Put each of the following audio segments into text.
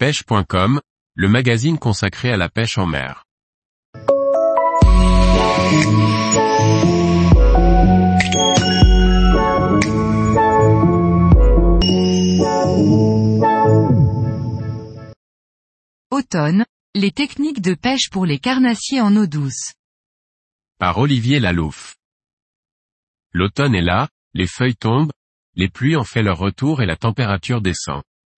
pêche.com, le magazine consacré à la pêche en mer. Automne, les techniques de pêche pour les carnassiers en eau douce. Par Olivier Lalouf. L'automne est là, les feuilles tombent, les pluies ont fait leur retour et la température descend.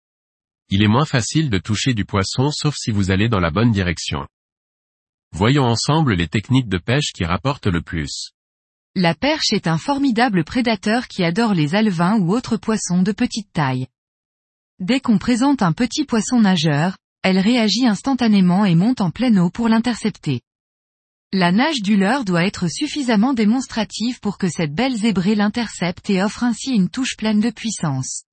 Il est moins facile de toucher du poisson sauf si vous allez dans la bonne direction. Voyons ensemble les techniques de pêche qui rapportent le plus. La perche est un formidable prédateur qui adore les alevins ou autres poissons de petite taille. Dès qu'on présente un petit poisson nageur, elle réagit instantanément et monte en pleine eau pour l'intercepter. La nage du leurre doit être suffisamment démonstrative pour que cette belle zébrée l'intercepte et offre ainsi une touche pleine de puissance.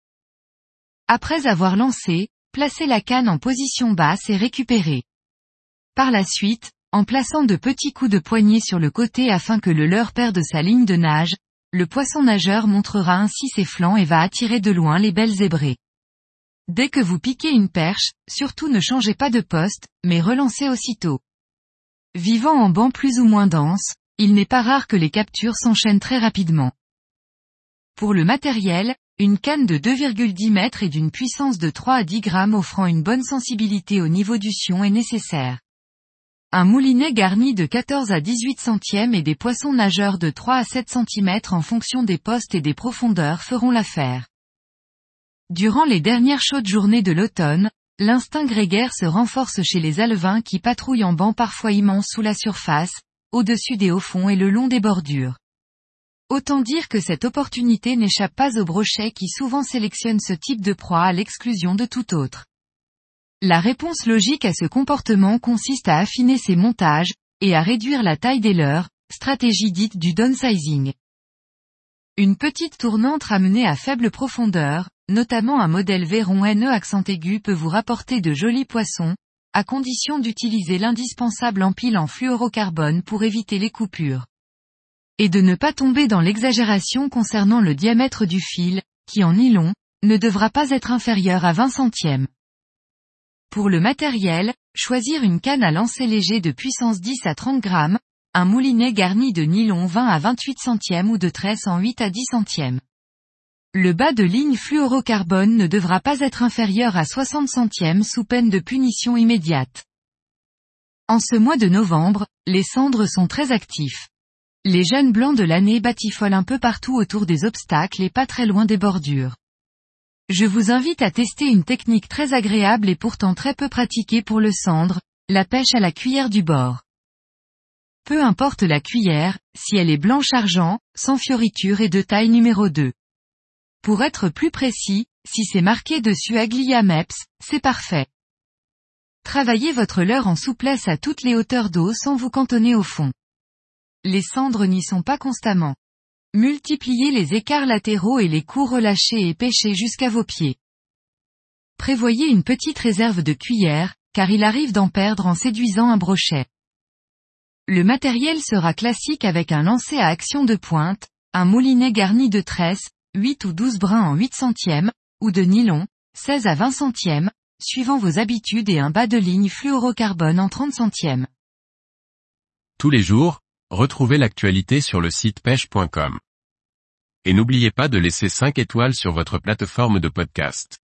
Après avoir lancé, placez la canne en position basse et récupérez. Par la suite, en plaçant de petits coups de poignet sur le côté afin que le leurre perde sa ligne de nage, le poisson nageur montrera ainsi ses flancs et va attirer de loin les belles zébrées. Dès que vous piquez une perche, surtout ne changez pas de poste, mais relancez aussitôt. Vivant en bancs plus ou moins denses, il n'est pas rare que les captures s'enchaînent très rapidement. Pour le matériel, une canne de 2,10 mètres et d'une puissance de 3 à 10 grammes offrant une bonne sensibilité au niveau du sion est nécessaire. Un moulinet garni de 14 à 18 centièmes et des poissons nageurs de 3 à 7 cm en fonction des postes et des profondeurs feront l'affaire. Durant les dernières chaudes journées de l'automne, l'instinct grégaire se renforce chez les alevins qui patrouillent en bancs parfois immenses sous la surface, au-dessus des hauts-fonds et le long des bordures. Autant dire que cette opportunité n'échappe pas aux brochets qui souvent sélectionnent ce type de proie à l'exclusion de tout autre. La réponse logique à ce comportement consiste à affiner ses montages, et à réduire la taille des leurres, stratégie dite du downsizing. Une petite tournante ramenée à faible profondeur, notamment un modèle Véron NE accent aigu peut vous rapporter de jolis poissons, à condition d'utiliser l'indispensable empile en fluorocarbone pour éviter les coupures. Et de ne pas tomber dans l'exagération concernant le diamètre du fil, qui en nylon, ne devra pas être inférieur à 20 centièmes. Pour le matériel, choisir une canne à lancer léger de puissance 10 à 30 grammes, un moulinet garni de nylon 20 à 28 centièmes ou de tresse en 8 à 10 centièmes. Le bas de ligne fluorocarbone ne devra pas être inférieur à 60 centièmes sous peine de punition immédiate. En ce mois de novembre, les sandres sont très actifs. Les jeunes blancs de l'année batifolent un peu partout autour des obstacles et pas très loin des bordures. Je vous invite à tester une technique très agréable et pourtant très peu pratiquée pour le sandre, la pêche à la cuillère du bord. Peu importe la cuillère, si elle est blanche argent, sans fioriture et de taille numéro 2. Pour être plus précis, si c'est marqué dessus Aglia Meps, c'est parfait. Travaillez votre leurre en souplesse à toutes les hauteurs d'eau sans vous cantonner au fond. Les sandres n'y sont pas constamment. Multipliez les écarts latéraux et les coups relâchés et pêchez jusqu'à vos pieds. Prévoyez une petite réserve de cuillères, car il arrive d'en perdre en séduisant un brochet. Le matériel sera classique avec un lancer à action de pointe, un moulinet garni de tresse, 8 ou 12 brins en 8 centièmes, ou de nylon, 16 à 20 centièmes, suivant vos habitudes et un bas de ligne fluorocarbone en 30 centièmes. Tous les jours, retrouvez l'actualité sur le site pêche.com. Et n'oubliez pas de laisser 5 étoiles sur votre plateforme de podcast.